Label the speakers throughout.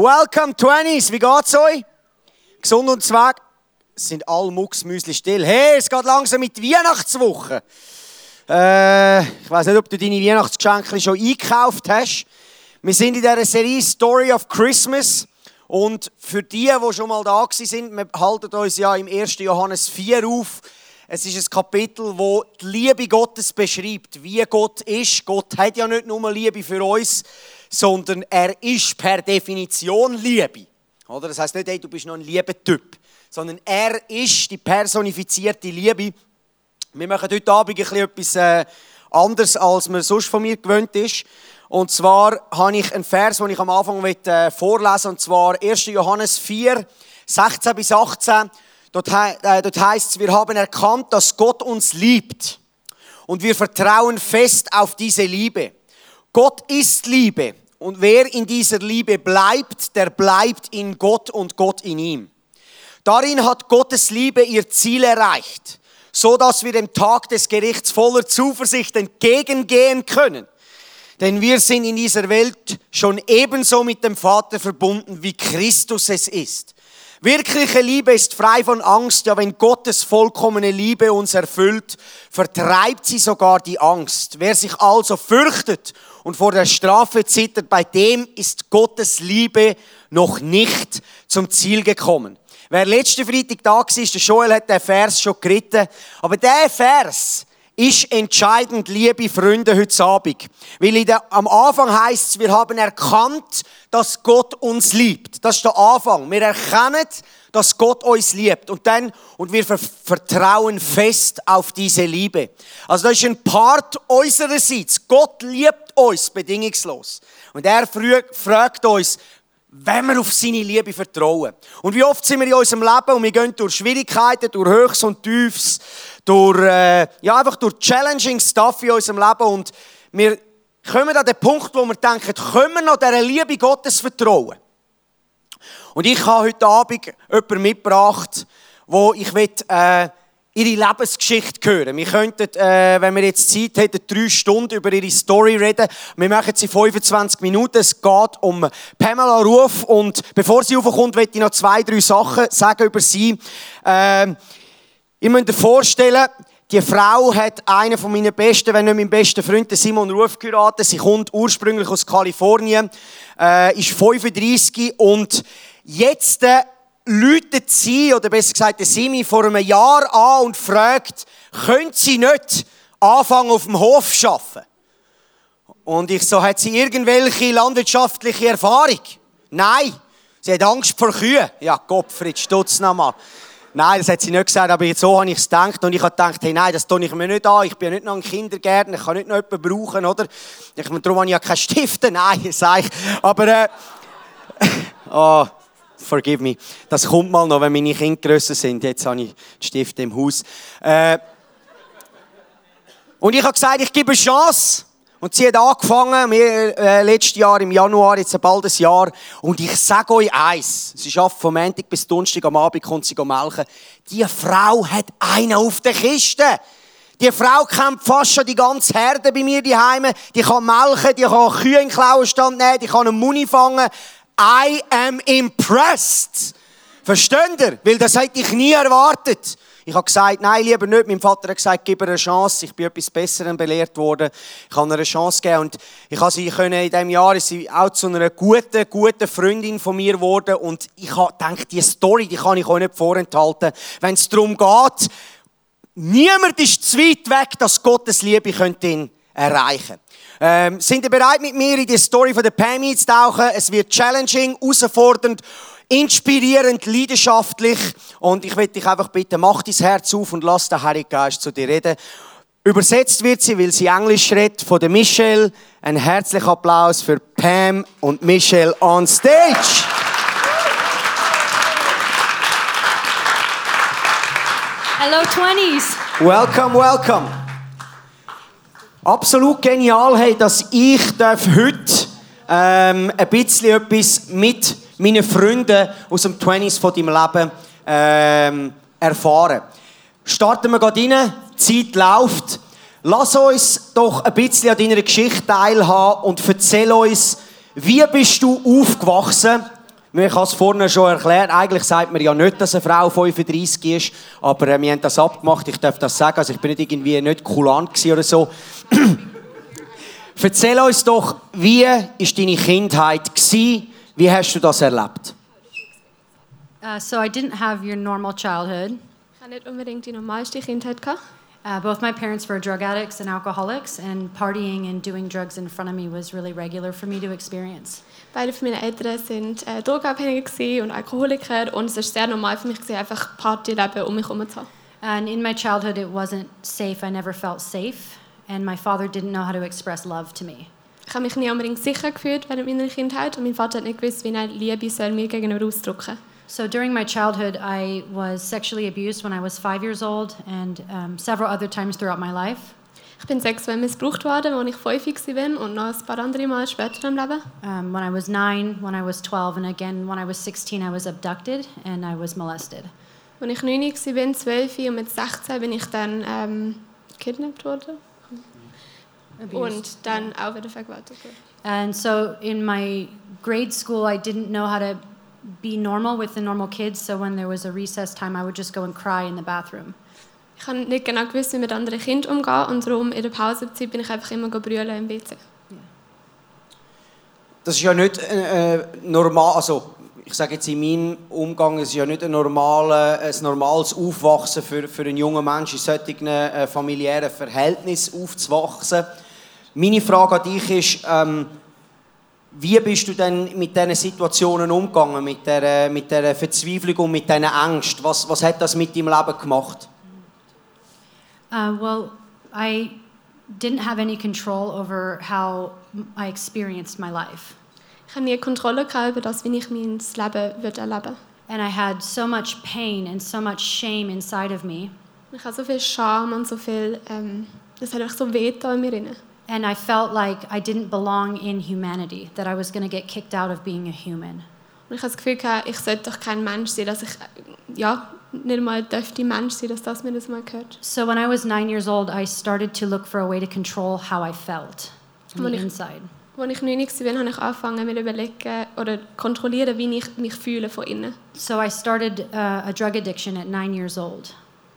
Speaker 1: Welcome 20s, wie geht's euch? Gesund und zweg? Es sind alle Mucksmüsli still. Hey, es geht langsam mit Weihnachtswoche. Ich weiss nicht, ob du deine Weihnachtsgeschenke schon eingekauft hast. Wir sind in dieser Serie Story of Christmas. Und für die schon mal da waren, wir halten uns ja im 1. Johannes 4 auf. Es ist ein Kapitel, das die Liebe Gottes beschreibt, wie Gott ist. Gott hat ja nicht nur Liebe für uns, sondern er ist per Definition Liebe. Oder? Das heisst nicht, hey, du bist noch ein Liebetyp, sondern er ist die personifizierte Liebe. Wir machen heute Abend etwas anderes, als man sonst von mir gewöhnt ist. Und zwar habe ich einen Vers, den ich am Anfang vorlesen möchte, und zwar 1. Johannes 4, 16 bis 18. Dort heisst es, wir haben erkannt, dass Gott uns liebt. Und wir vertrauen fest auf diese Liebe. Gott ist Liebe. Und wer in dieser Liebe bleibt, der bleibt in Gott und Gott in ihm. Darin hat Gottes Liebe ihr Ziel erreicht, so dass wir dem Tag des Gerichts voller Zuversicht entgegengehen können. Denn wir sind in dieser Welt schon ebenso mit dem Vater verbunden, wie Christus es ist. Wirkliche Liebe ist frei von Angst, ja, wenn Gottes vollkommene Liebe uns erfüllt, vertreibt sie sogar die Angst. Wer sich also fürchtet und vor der Strafe zittert, bei dem ist Gottes Liebe noch nicht zum Ziel gekommen. Wer letzten Freitag da war, der Joel hat den Vers schon geritten, aber der Vers ist entscheidend, liebe Freunde, heute Abend. Weil am Anfang heisst es, wir haben erkannt, dass Gott uns liebt. Das ist der Anfang. Wir erkennen, dass Gott uns liebt. Und wir vertrauen fest auf diese Liebe. Also das ist ein Part unsererseits. Gott liebt uns bedingungslos. Und er fragt uns, wenn wir auf seine Liebe vertrauen. Und wie oft sind wir in unserem Leben und wir gehen durch Schwierigkeiten, durch Höchst und Tiefs, einfach durch challenging Stuff in unserem Leben und wir kommen an den Punkt, wo wir denken, können wir noch dieser Liebe Gottes vertrauen? Und ich habe heute Abend jemanden mitgebracht, wo ich ihre Lebensgeschichte hören. Wir könnten, wenn wir jetzt Zeit hätten, 3 Stunden über ihre Story reden. Wir machen sie 25 Minuten. Es geht um Pamela Ruf. Und bevor sie raufkommt, möchte ich noch 2, 3 Sachen sagen über sie. Ihr müsst euch vorstellen, die Frau hat einen von meinen besten, wenn nicht mein bester Freund, Simon Ruf, geheiratet. Sie kommt ursprünglich aus Kalifornien, ist 35 und jetzt läutet sie, oder besser gesagt der Simi, vor einem Jahr an und fragt, könnte sie nicht anfangen auf dem Hof zu arbeiten? Und ich so, hat sie irgendwelche landwirtschaftliche Erfahrung? Nein, sie hat Angst vor Kühen. Ja, Gottfried, stutz nochmal. Nein, das hat sie nicht gesagt, aber so habe ich es gedacht. Und ich habe gedacht, hey, nein, das tue ich mir nicht an. Ich bin ja nicht noch ein Kindergärtner, ich kann nicht noch jemanden brauchen, oder? Darum habe ich ja keine Stifte. Nein, sage ich. Aber, forgive me. Das kommt mal noch, wenn meine Kinder grösser sind. Jetzt habe ich die Stifte im Haus. Und ich habe gesagt, ich gebe eine Chance. Und sie hat angefangen, letztes Jahr im Januar, jetzt bald ein Jahr. Und ich sage euch eins, sie arbeitet von Montag bis Donnerstag am Abend, kommt sie melken. Die Frau hat einen auf der Kiste. Die Frau kennt fast schon die ganze Herde bei mir daheim. Die kann melken, die kann Kühe in den Klauenstand nehmen, die kann einen Muni fangen. I am impressed. Versteht ihr? Weil das hätte ich nie erwartet. Ich habe gesagt, nein, lieber nicht. Mein Vater hat gesagt, gib ihr eine Chance. Ich bin etwas Besserem belehrt worden. Ich kann ihr eine Chance geben. Und ich habe sie in diesem Jahr ist sie auch zu einer guten Freundin von mir geworden. Und ich habe gedacht, diese Story, die kann ich euch nicht vorenthalten. Wenn es darum geht, niemand ist zu weit weg, dass Gottes Liebe ihn erreichen könnte. Sind ihr bereit, mit mir in die Story von der Pammy zu tauchen? Es wird challenging, herausfordernd, inspirierend, leidenschaftlich. Und ich möchte dich einfach bitten, mach dein Herz auf und lass den Heiligen Geist zu dir reden. Übersetzt wird sie, weil sie Englisch redet, von der Michelle. Ein herzlicher Applaus für Pam und Michelle on stage.
Speaker 2: Hello 20s.
Speaker 1: Welcome, welcome. Absolut genial, hey, dass ich heute ein bisschen etwas mit meinen Freunden aus dem 20s von deinem Leben erfahren. Starten wir gerade rein, die Zeit läuft. Lass uns doch ein bisschen an deiner Geschichte teilhaben und erzähl uns, wie bist du aufgewachsen Ich habe es vorhin schon erklärt, eigentlich sagt man ja nicht, dass eine Frau 35 ist, aber wir haben das abgemacht, ich darf das sagen, also ich bin nicht irgendwie nicht kulant oder so. Erzähl uns doch, wie war deine Kindheit gewesen? Wie hast du das erlebt?
Speaker 2: So I didn't have your normal childhood.
Speaker 3: Ich hatte nicht unbedingt die normalste Kindheit gehabt.
Speaker 2: Both my parents were drug addicts and alcoholics, and partying and doing drugs in front of me was really regular for me to experience.
Speaker 3: Beide von meinen Eltern sind Drogenabhängige und Alkoholiker und es war sehr normal für mich, einfach Partyleben um mich herum zu haben.
Speaker 2: And in my childhood, it wasn't safe. I never felt safe, and my father didn't know how to express love to me.
Speaker 3: Ich habe mich nie unbedingt sicher gefühlt während meiner Kindheit und mein Vater hat nicht gewusst, wie er Liebe soll mir gegenüber ausdrücken.
Speaker 2: So during my childhood, I was sexually abused when I was 5 years old, and several other times throughout my life.
Speaker 3: Ich bin sexuell missbraucht worden, als ich 5 war und noch ein paar andere Mal später im Leben.
Speaker 2: When I was 9, when I was 12, and again when I was 16, I was abducted and I was molested.
Speaker 3: Als ich 9 war, 12 und mit 16 bin ich dann gekidnappt worden. Und dann auch wieder vergewaltigt worden.
Speaker 2: And so in my grade school, I didn't know how to be normal with the normal kids, so when there was a recess time, I would just go and cry in the bathroom.
Speaker 3: Ich habe nicht genau gewusst, wie mit anderen Kindern umgehen und darum in der Pausezeit bin ich einfach immer brüllen im WC.
Speaker 1: Das ist ja nicht normal, also ich sage jetzt in meinem Umgang, es ist ja nicht ein normales Aufwachsen für einen jungen Menschen in solchen familiären Verhältnissen aufzuwachsen. Meine Frage an dich ist, wie bist du denn mit diesen Situationen umgegangen, mit der Verzweiflung und mit diesen Ängsten? Was hat das mit deinem Leben gemacht?
Speaker 2: Well, I didn't have any control over how I experienced my life.
Speaker 3: Ich hatte nie Kontrolle über das, wie ich mein Leben erleben würde.
Speaker 2: And I had so much pain and so much shame inside of me.
Speaker 3: Ich hatte so viel Scham und so viel, das hat einfach so wehgetan in mir drin.
Speaker 2: And I felt like I didn't belong in humanity, that I was going to get kicked out of being a human.
Speaker 3: Und ich hatte das Gefühl, ich sollte doch kein Mensch sein, dass ich nicht mal dürfte Mensch sein, dass das mir das mal gehört.
Speaker 2: So when I was 9 years old, I started to look for a way to control how I felt on the inside.
Speaker 3: Als ich 9 war, habe ich angefangen, mir zu überlegen oder kontrollieren, wie ich mich fühle von innen.
Speaker 2: So I started a drug addiction at 9 years old.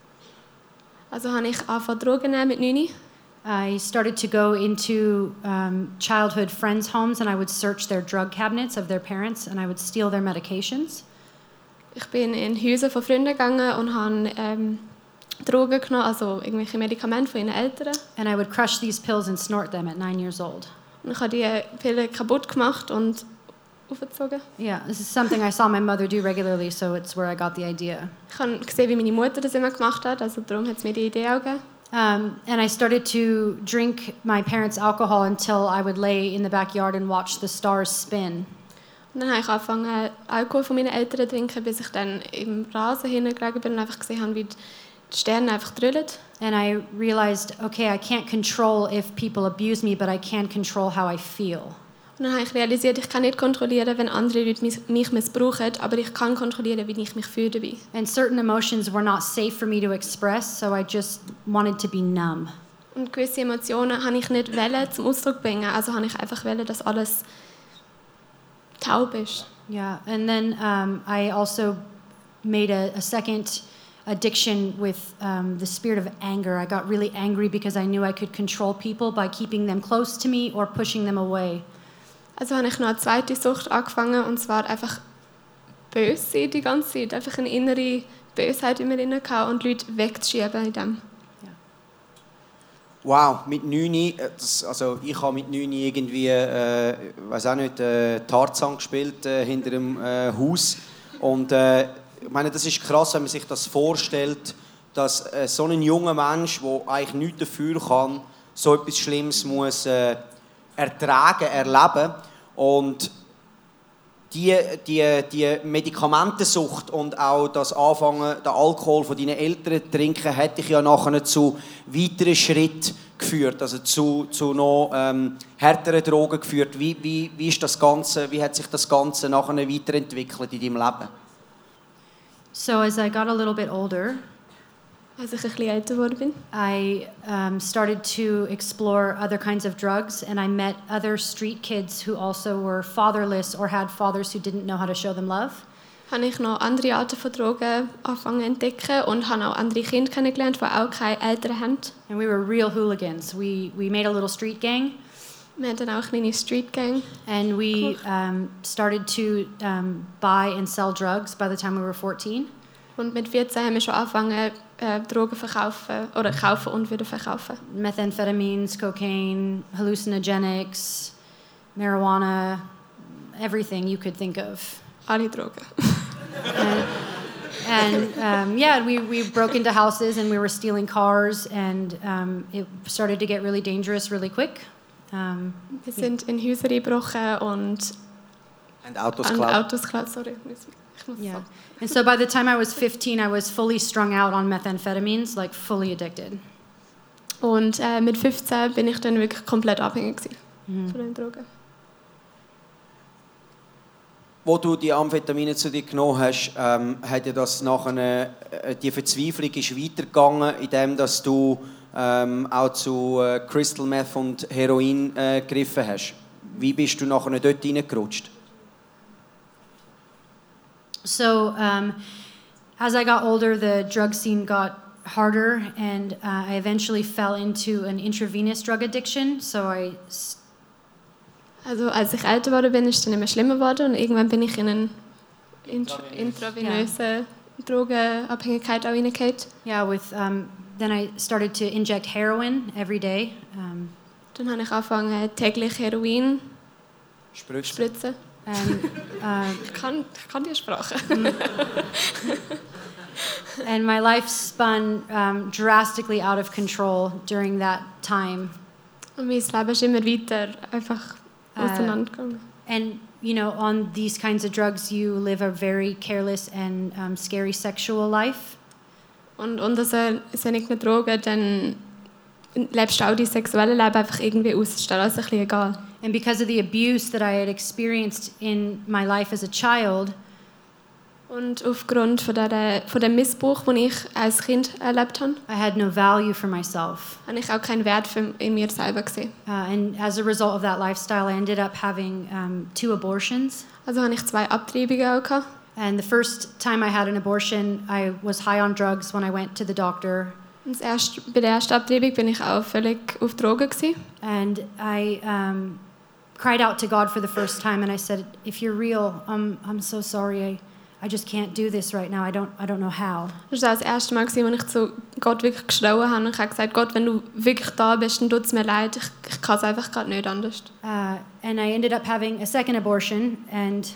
Speaker 3: Also habe ich angefangen, Drogen nehmen mit 9.
Speaker 2: I started to go into childhood friends' homes and I would search their drug cabinets of their parents and I would steal their medications.
Speaker 3: Ich bin in Häuser von Freunden gegangen und habe Drogen genommen, also irgendwelche Medikamente von ihren Eltern.
Speaker 2: And I would crush these pills and snort them at 9 years old.
Speaker 3: Und ich habe die Pillen kaputt gemacht und aufgezogen.
Speaker 2: Yeah, this is something I saw my mother do regularly, so it's where I got the idea.
Speaker 3: Ich habe gesehen, wie meine Mutter das immer gemacht hat, also darum hat es mir die Idee auch gegeben.
Speaker 2: And I started to drink my parents' alcohol until I would lay in the backyard and watch the stars spin.
Speaker 3: Und dann habe ich angefangen, Alkohol von meinen Eltern zu trinken, bis ich dann im Rasen hingelegen bin und einfach gesehen habe, wie die Sterne einfach drüllen.
Speaker 2: And I realized, okay, I can't control if people abuse me, but I can control how I feel.
Speaker 3: Und dann habe ich realisiert, ich kann nicht kontrollieren, wenn andere Leute mich missbrauchen, aber ich kann kontrollieren, wie ich mich fühle dabei.
Speaker 2: And certain emotions were not safe for me to express, so I just wanted to be numb.
Speaker 3: Und gewisse Emotionen habe ich nicht zum Ausdruck bringen, also habe ich einfach dass alles taub ist.
Speaker 2: Yeah, and then I also made a second addiction with the spirit of anger. I got really angry because I knew I could control people by keeping them close to me or pushing them away.
Speaker 3: Also habe ich noch eine zweite Sucht angefangen, und zwar einfach böse sein die ganze Zeit. Einfach eine innere Bösheit in mir drin gehabt und Leute wegzuschieben in dem.
Speaker 1: Wow, mit 9, also ich habe mit 9 irgendwie, weiß auch nicht, Tarzan gespielt hinter dem Haus. Und ich meine, das ist krass, wenn man sich das vorstellt, dass so ein junger Mensch, der eigentlich nichts dafür kann, so etwas Schlimmes muss ertragen, erleben. Und die Medikamentensucht und auch das Anfangen, den Alkohol von deinen Eltern zu trinken, hat dich ja nachher zu weiteren Schritten geführt, also zu noch härteren Drogen geführt. Wie ist das Ganze, wie hat sich das Ganze nachher weiterentwickelt in deinem Leben?
Speaker 2: So as I got a little bit older,
Speaker 3: Als ich ein bisschen älter geworden bin,
Speaker 2: I started to explore other kinds of drugs, and I met other street kids who also were fatherless or had fathers who didn't know how to show them love.
Speaker 3: habe ich noch andere Arten von Drogen angefangen zu entdecken und habe auch andere Kinder kennengelernt, die auch keine Eltern haben.
Speaker 2: And we were real hooligans. We made a little street gang,
Speaker 3: Wir hatten dann auch eine kleine Street Gang
Speaker 2: and we started to buy and sell drugs by the time we were 14.
Speaker 3: und mit 14 haben wir schon angefangen, Drogen verkaufen oder kaufen und wieder verkaufen.
Speaker 2: Methamphetamines, cocaine, hallucinogenics, marijuana, everything you could think of.
Speaker 3: Alle Drogen.
Speaker 2: And we broke into houses and we were stealing cars, and it started to get really dangerous really quick.
Speaker 3: Wir sind in Häuser eingebrochen und
Speaker 1: Und Autos
Speaker 3: an
Speaker 1: geklaut.
Speaker 3: Autos geklaut. Sorry, ich muss
Speaker 2: Yeah.
Speaker 3: sagen.
Speaker 2: And so by the time I was 15, I was fully strung out on methamphetamines, like fully addicted.
Speaker 3: Und mit 15 bin ich dann wirklich komplett abhängig gewesen von den Drogen.
Speaker 1: Wo du die Amphetamine zu dir genommen hast, hat dir das nachher die Verzweiflung ist weitergegangen, indem dass du auch zu Crystal Meth und Heroin gegriffen hast. Wie bist du nachher dort reingerutscht?
Speaker 2: So as I got older, the drug scene got harder, and I eventually fell into an intravenous drug addiction. So
Speaker 3: Also als ich älter geworden bin, ist es dann immer schlimmer geworden und irgendwann bin ich in eine intravenöse Drogenabhängigkeit auch reingefallen.
Speaker 2: then I started to inject heroin every day.
Speaker 3: Dann habe ich angefangen, täglich Heroin zu
Speaker 1: Sprichst du?
Speaker 3: spritzen.
Speaker 2: And
Speaker 3: Ich kann die Sprache.
Speaker 2: and my life spun drastically out of control during that time.
Speaker 3: Und mein Leben ist immer weiter einfach auseinandergegangen.
Speaker 2: And you know, on these kinds of drugs, you live a very careless and scary sexual life.
Speaker 3: Und unter solchen Drogen, dann lebst du auch dein sexuelle Leben einfach irgendwie aus. Das ist dann alles ein bisschen egal.
Speaker 2: And because of the abuse that I had experienced in my life as a child,
Speaker 3: Und aufgrund von dem Missbrauch, den ich als Kind erlebt habe,
Speaker 2: I had no value for myself.
Speaker 3: habe ich auch keinen Wert in mir selber gesehen.
Speaker 2: And as a result of that lifestyle, I ended up having 2 abortions.
Speaker 3: Also hatte ich 2 Abtreibungen auch gehabt.
Speaker 2: And the first time I had an abortion, I was high on drugs when I went to the doctor.
Speaker 3: Und bei der ersten Abtreibung bin ich auch völlig auf Drogen gewesen.
Speaker 2: And I cried out to God for the first time, and I said, "If you're real, I'm so sorry. I just can't do this right now. I don't know how."
Speaker 3: Das war auch das erste Mal, als ich zu Gott wirklich geschrauen habe. Und ich habe gesagt, Gott, wenn du wirklich da bist, dann tut es mir leid. Ich kann es einfach gerade nicht anders.
Speaker 2: And I ended up having a second abortion, and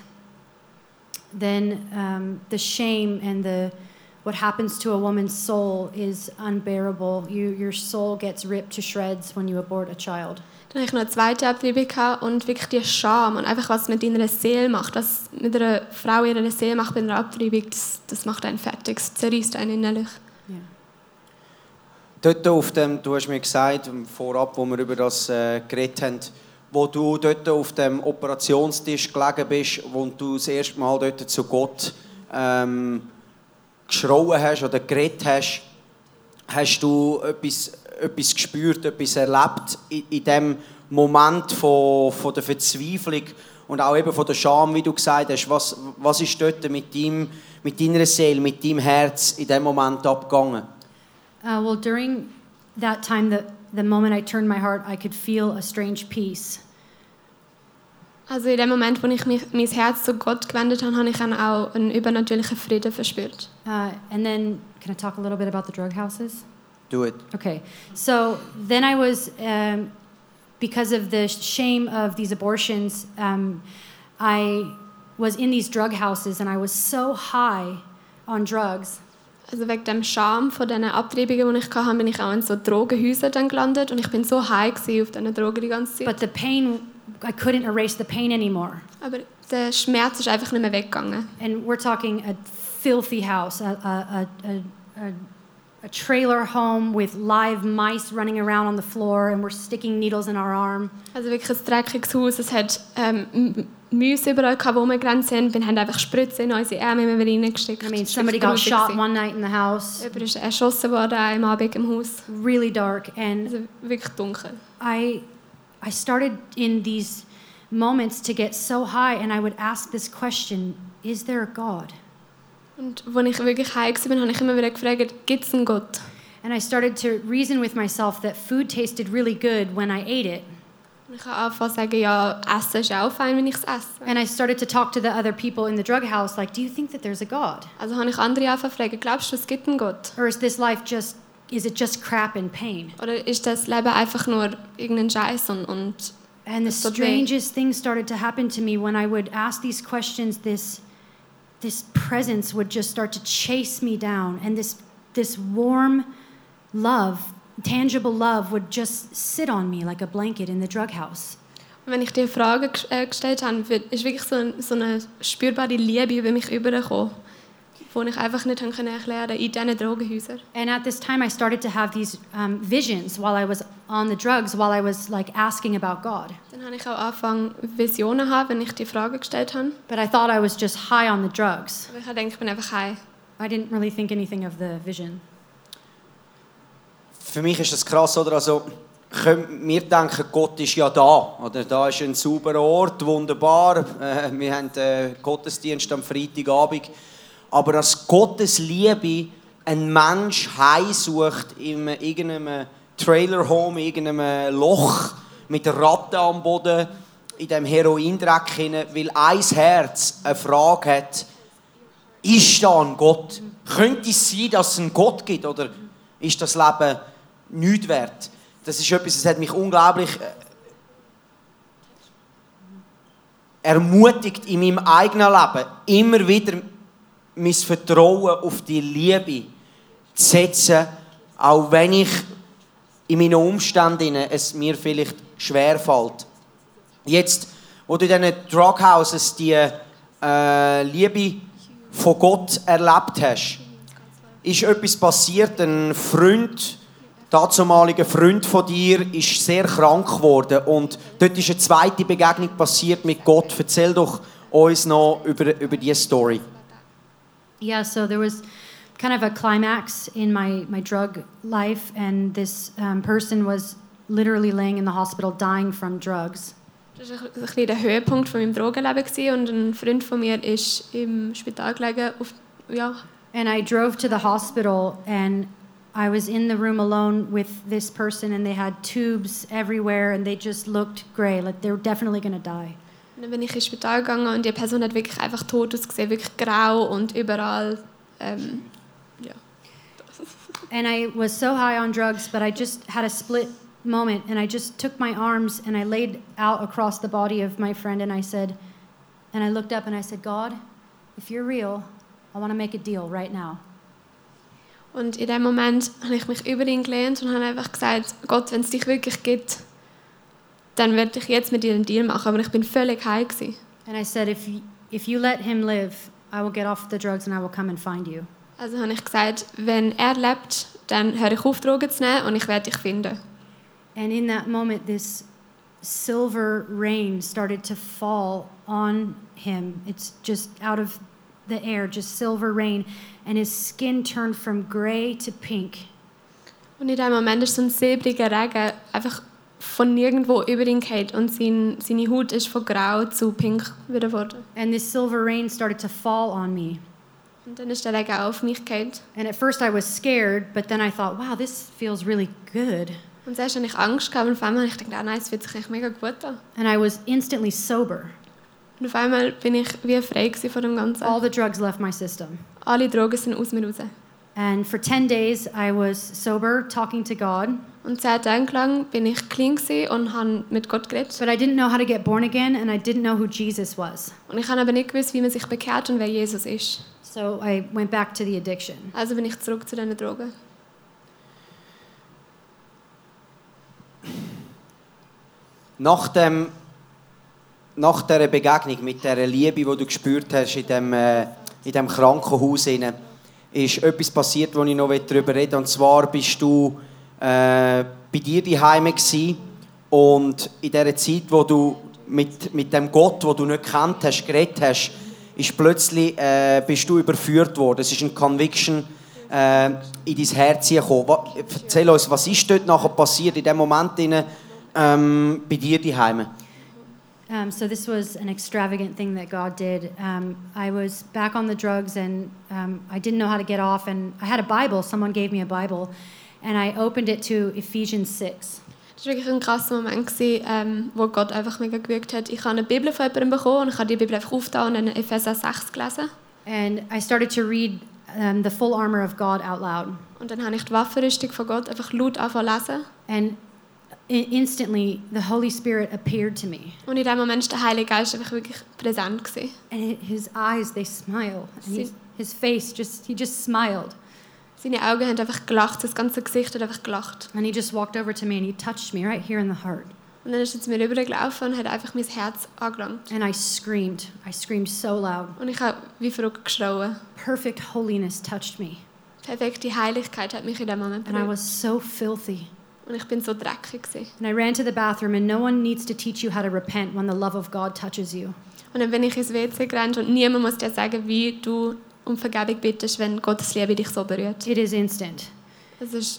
Speaker 2: then the shame and what happens to a woman's soul is unbearable. Your soul gets ripped to shreds when you abort a child.
Speaker 3: Dann hatte ich noch eine zweite Abtreibung gehabt und wirklich die Scham und einfach, was es mit deiner Seele macht, was mit einer Frau ihre Seele macht bei einer Abtreibung, das macht einen fertig, das zerreißt einen innerlich.
Speaker 2: Yeah.
Speaker 1: Dort auf dem, du hast mir gesagt, vorab, wo wir über das geredet haben, wo du dort auf dem Operationstisch gelegen bist, wo du das erste Mal dort zu Gott geschrauen hast oder geredet hast, hast du etwas gespürt, etwas erlebt in dem Moment von der Verzweiflung und auch eben von der Scham, wie du gesagt hast. Was ist dort mit deiner Seele, mit deinem Herz in dem Moment abgegangen?
Speaker 2: Well, during that time, the moment I turned my heart, I could feel a strange peace.
Speaker 3: Also in dem Moment, wo ich mein Herz zu Gott gewendet habe, habe ich dann auch einen übernatürlichen Frieden verspürt.
Speaker 2: And then, can I talk a little bit about the drug houses?
Speaker 1: Do it.
Speaker 2: Okay, so then I was, because of the shame of these abortions, I was in these drug houses and I was so high on drugs.
Speaker 3: Also wegen dem Scham von diesen Abtreibungen, die ich hatte, bin ich auch in so Drogenhäusern dann gelandet und ich bin so high auf diesen Drogen die ganze Zeit.
Speaker 2: But the pain, I couldn't erase the pain anymore.
Speaker 3: Aber der Schmerz ist einfach nicht mehr weggegangen.
Speaker 2: And we're talking a filthy house, a trailer home with live mice running around on the floor and we're sticking needles in our arm.
Speaker 3: Also wirklich ein dreckiges Haus. Es hat Mäuse überall, die rumgerannt sind. Wir haben einfach Spritzen in unsere Ärmel reingesteckt.
Speaker 2: I mean, somebody got shot one night in the house.
Speaker 3: Jemand ist erschossen worden am Abend im Haus.
Speaker 2: Really dark. And
Speaker 3: Also wirklich dunkel.
Speaker 2: I started in these moments to get so high and I would ask this question, is there a God?
Speaker 3: Und als ich wirklich heim war, habe ich immer wieder gefragt, gibt es einen Gott?
Speaker 2: And I started to reason with myself that food tasted really good when I ate it.
Speaker 3: Und ich habe angefangen zu sagen, ja, Essen ist auch fein, wenn ich es esse.
Speaker 2: And I started to talk to the other people in the drug house, like, do you think that there's a God?
Speaker 3: Also habe ich andere angefangen zu fragen, glaubst du, es gibt einen Gott?
Speaker 2: Or is this life just, is it just crap and pain?
Speaker 3: Oder ist das Leben einfach nur irgendein Scheiß und
Speaker 2: And the
Speaker 3: es tut weh?
Speaker 2: strangest thing started to happen to me when I would ask these questions, this presence would just start to chase me down, and this warm love, tangible love would just sit on me like a blanket in the drug house.
Speaker 3: Und wenn ich die Frage gestellt habe, ist wirklich so eine spürbare Liebe über mich übergekommen, die ich einfach nicht erklären konnte in diesen Drogenhäusern.
Speaker 2: And at this time I started to have these visions while I was on the drugs, while I was like asking about God.
Speaker 3: Dann habe ich auch angefangen, Visionen zu haben, wenn ich die Frage gestellt habe.
Speaker 2: But I thought I was just high on the drugs.
Speaker 3: Aber ich habe gedacht, ich bin einfach heim.
Speaker 2: I didn't really think anything of the vision.
Speaker 1: Für mich ist das krass, oder? Also, wir denken, Gott ist ja da. Oder? Da ist ein sauberer Ort, wunderbar. Wir haben Gottesdienst am Freitagabend. Aber dass Gottes Liebe ein Mensch heimsucht in irgendeinem Trailerhome, in irgendeinem Loch mit Ratten am Boden, in diesem Heroindreck hinein, weil ein Herz eine Frage hat, ist da ein Gott? Könnte es sein, dass es einen Gott gibt? Oder ist das Leben nichts wert? Das ist etwas, das hat mich unglaublich ermutigt in meinem eigenen Leben, immer wieder mein Vertrauen auf die Liebe zu setzen, auch wenn ich in meinen Umständen es mir vielleicht schwerfällt. Jetzt, wo du in diesen Drughouses die Liebe von Gott erlebt hast, ist etwas passiert. Ein Freund, damaliger Freund von dir, ist sehr krank geworden und dort ist eine zweite Begegnung passiert mit Gott. Erzähl doch uns noch über diese Story.
Speaker 2: Yeah, so there was kind of a climax in my drug life, and this person was literally laying in the hospital dying from drugs.
Speaker 3: Das war ein bisschen der Höhepunkt von meinem Drogenleben und ein Freund von mir ist im Spital gelegen.
Speaker 2: And I drove to the hospital, and I was in the room alone with this person, and they had tubes everywhere, and they just looked grey, like they were definitely going to die.
Speaker 3: Dann bin ich ins Spital gegangen und die Person hat wirklich einfach tot ausgesehen, wirklich grau und überall.
Speaker 2: And I was so high on drugs, but I just had a split moment, and I just took my arms and I laid out across the body of my friend, and I said, and I looked up and I said, God, if you're real, I want to make a deal right now.
Speaker 3: Und in dem Moment habe ich mich über ihn gelehnt und habe einfach gesagt, Gott, wenn es dich wirklich gibt, dann werde ich jetzt mit dir einen Deal machen. Aber ich bin völlig high gewesen.
Speaker 2: And I said, if you let him live, I will get off the drugs and I will come and find you.
Speaker 3: Also habe ich gesagt, wenn er lebt, dann höre ich auf, Drogen zu nehmen und ich werde dich finden.
Speaker 2: And in that moment, this silver rain started to fall on him. It's just out of the air, just silver rain. And his skin turned from gray to pink.
Speaker 3: Und in dem Moment ist so ein silbriger Regen einfach von nirgendwo über ihn gefallen und seine Haut ist von grau zu pink wieder geworden.
Speaker 2: And this silver rain started to fall on me.
Speaker 3: Und dann ist der Regen auch auf mich gefallen.
Speaker 2: And at first I was scared, but then I thought, wow, this feels really good.
Speaker 3: Und zuerst hatte ich Angst gehabt und auf einmal habe ich gedacht, nein, es fühlt sich echt mega gut an.
Speaker 2: And I was instantly sober.
Speaker 3: Und auf einmal bin ich wie frei von dem Ganzen.
Speaker 2: All the drugs left my system.
Speaker 3: Alle Drogen sind aus mir raus.
Speaker 2: And for 10 days I was sober, talking to God.
Speaker 3: Und 10 Tage lang bin ich clean und habe mit Gott geredet.
Speaker 2: But I didn't know how to get born again, and I didn't know who Jesus was.
Speaker 3: Und ich habe aber nicht gewusst, wie man sich bekehrt und wer Jesus ist.
Speaker 2: So I went back to the addiction.
Speaker 3: Also bin ich zurück zu diesen Drogen.
Speaker 1: Nach dieser Begegnung mit dieser Liebe, die du gespürt hast in dem Krankenhaus, ist etwas passiert, wo ich noch darüber reden will. Und zwar bist du bei dir daheim gsi und in dieser Zeit, wo du mit dem Gott, den du nicht gekannt hast, geredet hast, ist plötzlich bist du überführt worden. Es ist eine Conviction in dein Herz gekommen. Erzähl uns, was ist dort nachher passiert in dem Moment bei dir daheim?
Speaker 2: So this was an extravagant thing that God did. I was back on the drugs and I didn't know how to get off. And I had a Bible. Someone gave me a Bible. And I opened it to Ephesians 6.
Speaker 3: Das war wirklich ein krasser Moment, wo Gott einfach mega gewirkt hat. Ich habe eine Bibel von jemandem bekommen und ich habe die Bibel einfach aufgetan und dann Epheser 6 gelesen.
Speaker 2: And I started to read the full armor of God out loud.
Speaker 3: Und dann habe ich die Waffenrüstung von Gott einfach laut angefangen zu lesen.
Speaker 2: And instantly the Holy Spirit appeared to me.
Speaker 3: Und in dem Moment war der Heilige Geist einfach wirklich präsent gewesen.
Speaker 2: And his eyes, they smile. And his face, he just smiled.
Speaker 3: Seine Augen haben einfach gelacht, das ganze Gesicht hat einfach gelacht.
Speaker 2: And he just walked over to me and he touched me right here in the heart.
Speaker 3: Und dann ist er zu mir rübergelaufen und hat einfach mein Herz angelangt.
Speaker 2: And I screamed so loud.
Speaker 3: Und ich habe wie verrückt geschrauen.
Speaker 2: Perfect holiness touched me.
Speaker 3: Perfekte Heiligkeit hat mich in dem Moment
Speaker 2: And I
Speaker 3: berührt.
Speaker 2: was so filthy.
Speaker 3: Und ich bin so dreckig gewesen.
Speaker 2: And I ran to the bathroom and no one needs to teach you how to repent when the love of God touches you.
Speaker 3: Und dann bin ich ins WC gerannt und niemand muss dir sagen, wie du um Vergebung bittest, wenn Gottes Liebe dich so berührt.
Speaker 2: It is instant.
Speaker 3: Es ist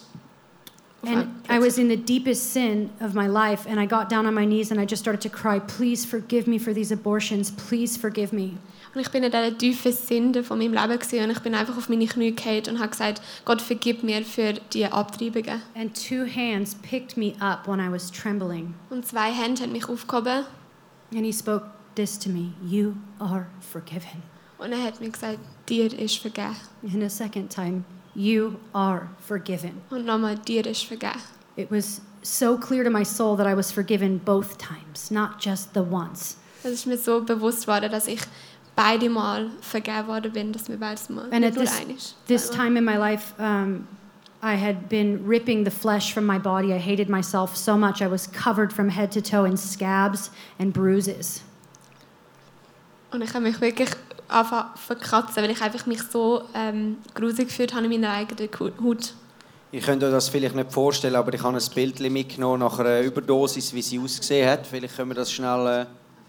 Speaker 2: And I was in the deepest sin of my life and I got down on my knees and I just started to cry, please forgive me for these abortions, please forgive me.
Speaker 3: Und ich bin in dieser tiefen Sünde von meinem Leben gewesen, und ich bin einfach auf meine Knie gefallen und habe gesagt, Gott vergib mir für die Abtreibungen.
Speaker 2: And two hands picked me up when I was trembling.
Speaker 3: Und zwei Hände haben mich aufgehoben
Speaker 2: And he spoke this to me, you are forgiven.
Speaker 3: und er hat mir gesagt, dir ist vergeben.
Speaker 2: And a second time, you are forgiven.
Speaker 3: Und nochmal, dir ist vergeben.
Speaker 2: It was so clear to my soul that I was forgiven both times, not just the once.
Speaker 3: Es ist mir so bewusst worden, dass ich beide Mal vergeben worden bin, dass mir beides Mal
Speaker 2: And
Speaker 3: nicht
Speaker 2: at
Speaker 3: nur
Speaker 2: this,
Speaker 3: eines.
Speaker 2: this time in my life, I had been ripping the flesh from my body. I hated myself so much. I was covered from head to toe in scabs and bruises.
Speaker 3: Und ich habe mich wirklich angefangen zu verkratzen, weil ich einfach mich so grusig gefühlt habe in meiner eigenen Haut.
Speaker 1: Ich könnte euch das vielleicht nicht vorstellen, aber ich habe ein Bild mitgenommen nach einer Überdosis, wie sie ausgesehen hat. Vielleicht können wir das schnell...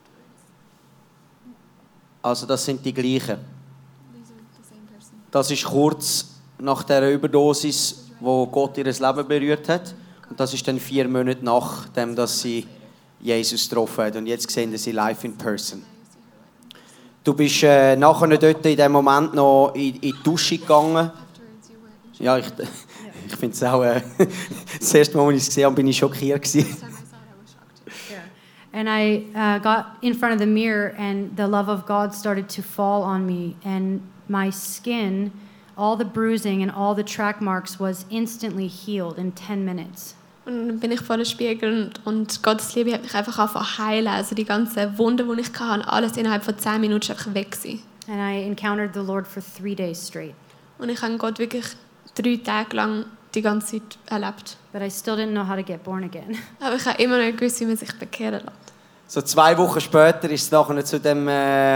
Speaker 1: Also das sind die gleichen. Das ist kurz nach der Überdosis, wo Gott ihr Leben berührt hat. Und das ist dann 4 Monate nachdem, dass sie Jesus getroffen hat. Und jetzt sehen sie live in person. Du bist nachher dort in dem Moment noch in die Dusche gegangen. Ja, ich finde es auch... das erste Mal, als ich es gesehen habe, bin ich schockiert gewesen.
Speaker 2: And I got in front of the mirror and the love of God started to fall on me. And my skin, all the bruising and all the track marks was instantly healed in 10 minutes.
Speaker 3: Und dann bin ich vor dem Spiegel und Gottes Liebe hat mich einfach angefangen zu heilen. Also die ganzen Wunden, die ich hatte, alles innerhalb von 10 Minuten einfach weg gewesen.
Speaker 2: And I encountered the Lord for 3 days straight.
Speaker 3: Und ich habe Gott wirklich 3 Tage lang die ganze Zeit erlebt.
Speaker 2: But I still didn't know how to get born again.
Speaker 3: Aber ich habe immer noch nicht gewusst, wie man sich bekehren lässt.
Speaker 1: So 2 Wochen später ist es nachher zu dem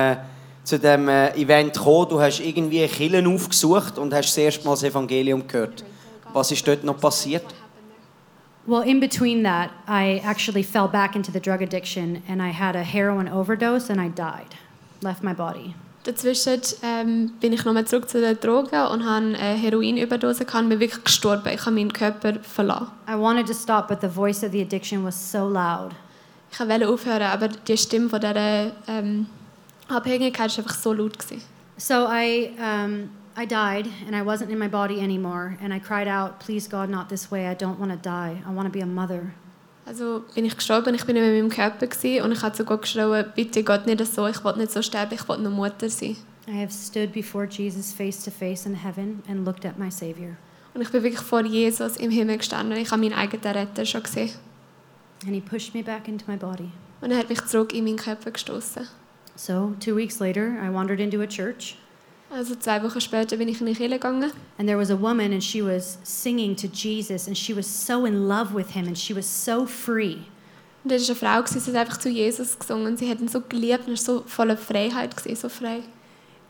Speaker 1: Event gekommen. Du hast irgendwie Kirchen aufgesucht und hast das erste Mal das Evangelium gehört. Was ist dort noch passiert?
Speaker 2: Well, in between that, I actually fell back into the drug addiction and I had a heroin overdose and I died, left my body.
Speaker 3: Dazwischen bin ich nochmal zurück zu den Drogen und habe eine Heroinüberdose gehabt und bin wirklich gestorben. Ich habe meinen Körper verlassen.
Speaker 2: I wanted to stop, but the voice of the addiction was so loud.
Speaker 3: Ich wollte aufhören, aber die Stimme von dieser Abhängigkeit war einfach so laut gewesen.
Speaker 2: So I died and I wasn't in my body anymore and I cried out, please God, not this way. I don't want to die. I want to be a mother.
Speaker 3: Also bin ich gestorben, ich bin nicht mehr in meinem Körper gewesen, und ich habe zu Gott geschrien, bitte Gott, nicht so, ich will nicht so sterben, ich will nur Mutter sein.
Speaker 2: I have stood before Jesus face to face in heaven and looked at my Savior.
Speaker 3: Und ich bin wirklich vor Jesus im Himmel gestanden und ich habe meinen eigenen Retter schon gesehen.
Speaker 2: And he pushed me back into my body.
Speaker 3: Und er hat mich zurück in meinen Körper gestoßen.
Speaker 2: So 2 weeks later, I wandered into a church.
Speaker 3: Also 2 Wochen später bin ich in die Kirche gegangen.
Speaker 2: And there was a woman and she was singing to Jesus and she was so in love with him and she was so free.
Speaker 3: Und da war eine Frau, sie hat einfach zu Jesus gesungen und sie hat ihn so geliebt und war so voller Freiheit, so frei.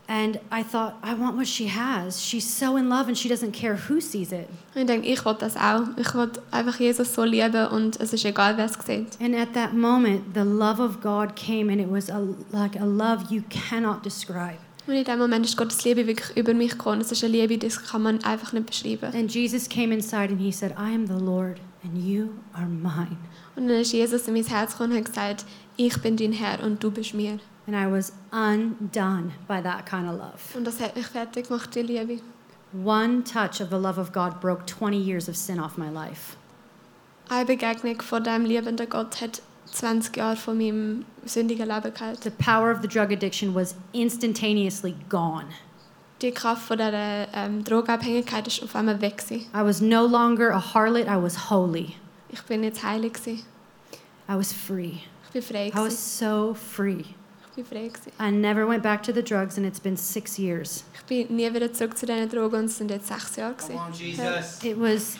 Speaker 2: And I thought, I want what she has. She's so in love and she doesn't care who sees it.
Speaker 3: Und ich denke, ich will das auch. Ich will einfach Jesus so lieben und es ist egal, wer es sieht.
Speaker 2: And at that moment, the love of God came and it was like a love you cannot describe.
Speaker 3: Und in dem Moment ist Gottes Liebe wirklich über mich gekommen. Es ist eine Liebe, das kann man einfach nicht beschreiben.
Speaker 2: And Jesus came inside and he said, I am the Lord and you are mine.
Speaker 3: Und dann ist Jesus in mein Herz gekommen und hat gesagt, ich bin dein Herr und du bist mir.
Speaker 2: And I was undone by that kind of love.
Speaker 3: Und das hat mich fertig gemacht, die Liebe.
Speaker 2: One touch of the love of God broke 20 years of sin off my life.
Speaker 3: Eine Begegnung von diesem liebenden Gott hat 20 Jahre von meinem sündigen Leben gehalten.
Speaker 2: The power of the drug addiction was instantaneously gone.
Speaker 3: Die Kraft von dieser Drogenabhängigkeit ist auf einmal weg gewesen.
Speaker 2: I was no longer a harlot, I was holy.
Speaker 3: Ich bin jetzt heilig gewesen.
Speaker 2: I was free.
Speaker 3: Ich bin frei
Speaker 2: I was
Speaker 3: gewesen.
Speaker 2: so free.
Speaker 3: Ich bin frei gewesen.
Speaker 2: I never went back to the drugs and it's been 6 years.
Speaker 3: Ich bin nie wieder zurück zu diesen Drogen und es sind jetzt 6 Jahre gewesen.
Speaker 1: Come on, Jesus.
Speaker 2: It was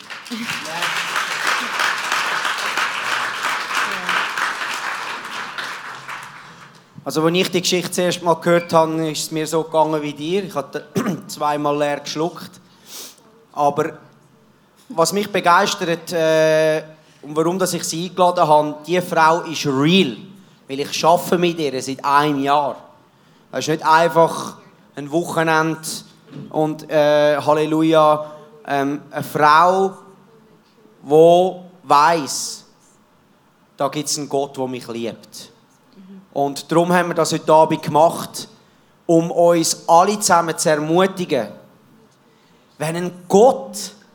Speaker 1: Also, als ich die Geschichte zuerst mal gehört habe, ist es mir so gegangen wie dir. Ich hatte zweimal leer geschluckt. Aber was mich begeistert und warum dass ich sie eingeladen habe, diese Frau ist real. Weil ich arbeite mit ihr seit einem Jahr. Es ist nicht einfach ein Wochenende und Halleluja. Eine Frau, die weiss, da gibt es einen Gott, der mich liebt. Und darum haben wir das heute Abend gemacht, um uns alle zusammen zu ermutigen. Wenn ein Gott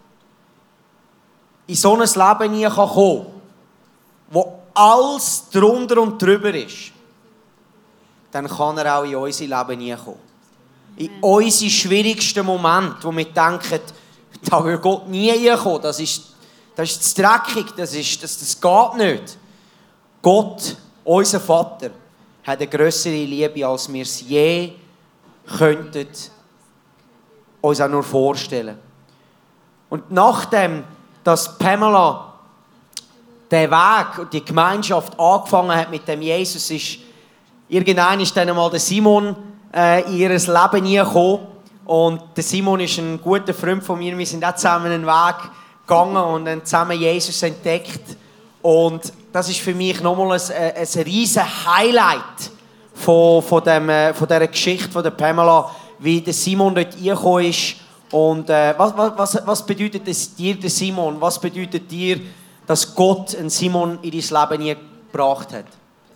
Speaker 1: in so ein Leben hineinkommen kann, wo alles drunter und drüber ist, dann kann er auch in unser Leben hineinkommen. In unsere schwierigsten Momente, wo wir denken, da will Gott nie hineinkommen, das ist zu dreckig, das geht nicht. Gott, unser Vater, hat eine grössere Liebe, als wir es je könnten uns auch nur vorstellen. Und nachdem, dass Pamela den Weg und die Gemeinschaft angefangen hat mit dem Jesus, ist irgendwann ist dann einmal der Simon in ihr Leben hineingekommen. Und der Simon ist ein guter Freund von mir. Wir sind auch zusammen einen Weg gegangen und haben zusammen Jesus entdeckt. Und das ist für mich nochmal ein riesen Highlight von dieser Geschichte von der Pamela, wie der Simon dort reingekommen ist. Und was bedeutet es dir, der Simon? Was bedeutet dir, dass Gott einen Simon in dein Leben gebracht hat?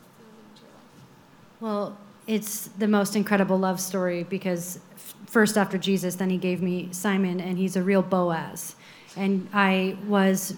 Speaker 2: Well, it's the most incredible love story because first after Jesus, then he gave me Simon, and he's a real Boaz. And I was,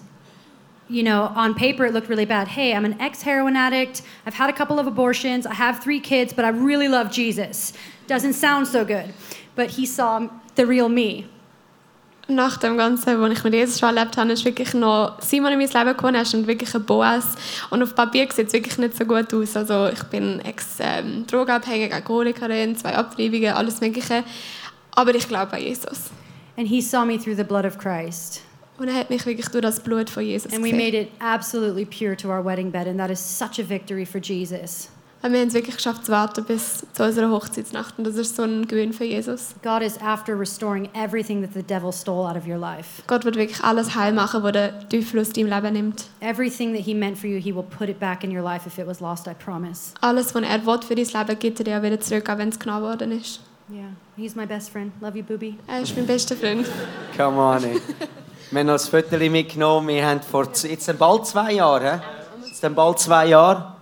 Speaker 2: on paper it looked really bad. Hey, I'm an ex-heroin addict. I've had a couple of abortions. I have 3 kids, but I really love Jesus. Doesn't sound so good. But he saw the real me.
Speaker 3: Nach dem Ganzen, was ich mit Jesus schon erlebt habe, ist wirklich noch Simon in mein Leben gekommen. Er ist wirklich ein Boaz. Und auf Papier sieht es wirklich nicht so gut aus. Also ich bin drogenabhängig, Alkoholikerin, 2 Abtreibungen, alles Mögliche. Aber ich glaube an Jesus.
Speaker 2: And he saw me through the blood of Christ.
Speaker 3: Und er hat mich wirklich durch das Blut von Jesus
Speaker 2: And we
Speaker 3: gesehen.
Speaker 2: made it absolutely pure to our wedding bed, and that is such a victory for Jesus.
Speaker 3: Und wir haben es wirklich geschafft, zu warten bis zu unserer Hochzeitsnacht. Und das ist so ein Gewinn für Jesus.
Speaker 2: God is after restoring everything that the devil stole out of your life.
Speaker 3: Gott wird wirklich alles heil machen, was der Teufel aus deinem Leben nimmt.
Speaker 2: Everything that he meant for you, he will put it back in your life if it was lost, I promise.
Speaker 3: Alles, was er will für dein Leben, gibt er dir auch wieder zurück, auch wenn es genommen worden ist.
Speaker 2: Yeah, he's my best friend. Love you, Booby.
Speaker 3: Er ist mein bester Freund.
Speaker 1: Come on. Wir haben noch ein Foto mitgenommen. Wir haben jetzt bald 2 Jahre. Jetzt bald 2 Jahre.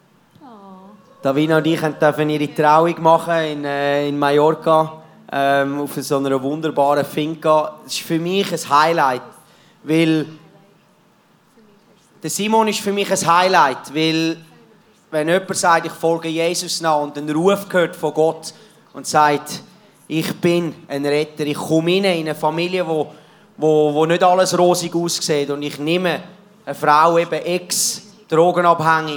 Speaker 1: Davina und ich dürfen ihre Trauung machen in Mallorca, auf so einer wunderbaren Finca. Das ist für mich ein Highlight, weil der Simon ist für mich ein Highlight, weil wenn jemand sagt, ich folge Jesus nach und einen Ruf hört von Gott und sagt, ich bin ein Retter, ich komme in eine Familie, wo nicht alles rosig aussieht und ich nehme eine Frau, eben drogenabhängig,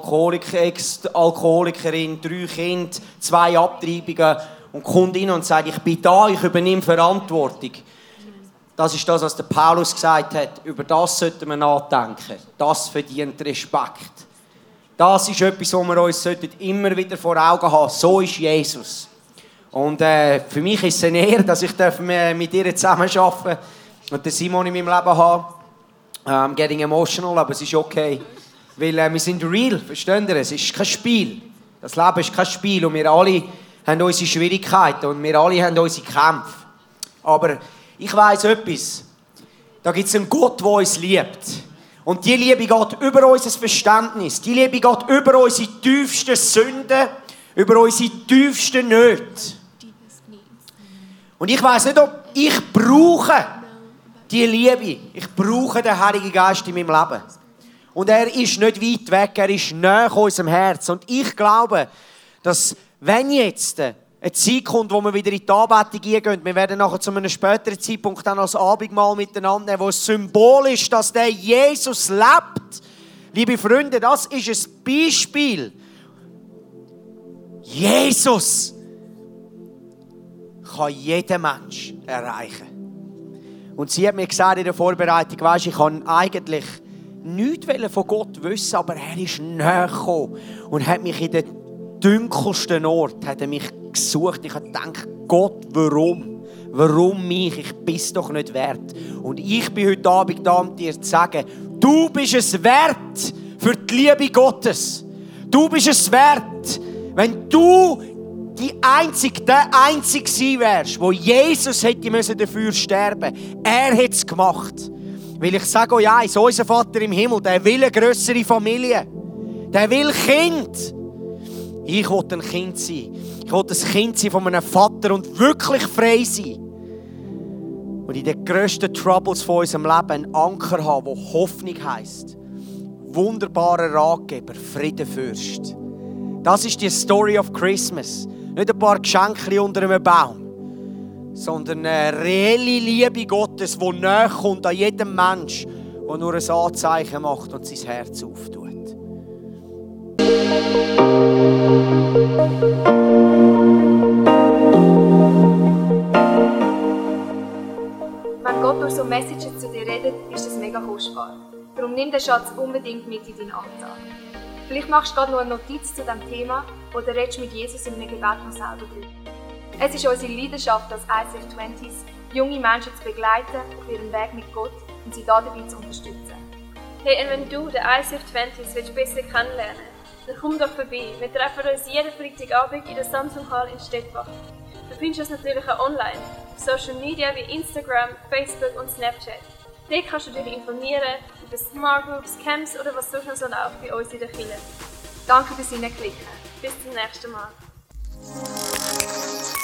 Speaker 1: Ex-Alkoholikerin, 3 Kinder, 2 Abtreibungen und kommt rein und sagt, ich bin da, ich übernehme Verantwortung. Das ist das, was der Paulus gesagt hat. Über das sollten wir nachdenken. Das verdient Respekt. Das ist etwas, was wir uns immer wieder vor Augen haben. So ist Jesus. Und für mich ist es eine Ehre, dass ich mit ihr zusammenarbeiten darf und den Simon in meinem Leben habe. I'm getting emotional, aber es ist okay. Weil wir sind real, versteht ihr? Es ist kein Spiel. Das Leben ist kein Spiel und wir alle haben unsere Schwierigkeiten und wir alle haben unsere Kämpfe. Aber ich weiss etwas. Da gibt es einen Gott, der uns liebt. Und die Liebe geht über unser Verständnis. Die Liebe geht über unsere tiefsten Sünden, über unsere tiefsten Nöte. Und ich weiss nicht, ob ich brauche die Liebe. Ich brauche den Heiligen Geist in meinem Leben. Und er ist nicht weit weg, er ist nahe an unserem Herz. Und ich glaube, dass wenn jetzt eine Zeit kommt, wo wir wieder in die Anbetung gehen, wir werden nachher zu einem späteren Zeitpunkt dann als Abendmahl miteinander nehmen, wo es symbolisch ist, dass der Jesus lebt. Liebe Freunde, das ist ein Beispiel. Jesus kann jeden Mensch erreichen. Und sie hat mir gesagt in der Vorbereitung, weisst, ich kann eigentlich nichts von Gott wissen, aber er ist näher gekommen und hat mich in den dunkelsten Ort hat er mich gesucht. Ich habe gedacht, Gott, warum? Warum mich? Ich bin es doch nicht wert. Und ich bin heute Abend da, um dir zu sagen, du bist es wert für die Liebe Gottes. Du bist es wert, wenn du der Einzige sein wärst, wo Jesus hätte dafür sterben müssen. Er hat es gemacht. Weil ich sage euch eins, unser Vater im Himmel, der will eine grössere Familie. Der will Kind. Ich will ein Kind sein. Ich will ein Kind sein von einem Vater und wirklich frei sein. Und in den grössten Troubles von unserem Leben einen Anker haben, der Hoffnung heisst. Wunderbarer Ratgeber, Friedenfürst. Das ist die Story of Christmas. Nicht ein paar Geschenke unter einem Baum, sondern eine reelle Liebe Gottes, die näher kommt an jedem Menschen, der nur ein Anzeichen macht und sein Herz auftut.
Speaker 4: Wenn Gott durch so Messages zu dir redet, ist das mega kostbar. Darum nimm den Schatz unbedingt mit in deinen Alltag. Vielleicht machst du gerade noch eine Notiz zu diesem Thema oder redest mit Jesus in einem Gebet noch selber drüber. Es ist unsere Leidenschaft als ICF20s, junge Menschen zu begleiten auf ihrem Weg mit Gott und sie dabei zu unterstützen.
Speaker 5: Hey, und wenn du den ICF20s besser kennenlernen willst, dann komm doch vorbei. Wir treffen uns jeden Freitagabend in der Samsung Hall in Stettbach. Du findest uns natürlich auch online, auf Social Media wie Instagram, Facebook und Snapchat. Dort kannst du dich informieren über Smart Groups, Camps oder was sonst noch so läuft bei uns in der Kirche.
Speaker 4: Danke fürs Hineinklicken.
Speaker 5: Bis zum nächsten Mal.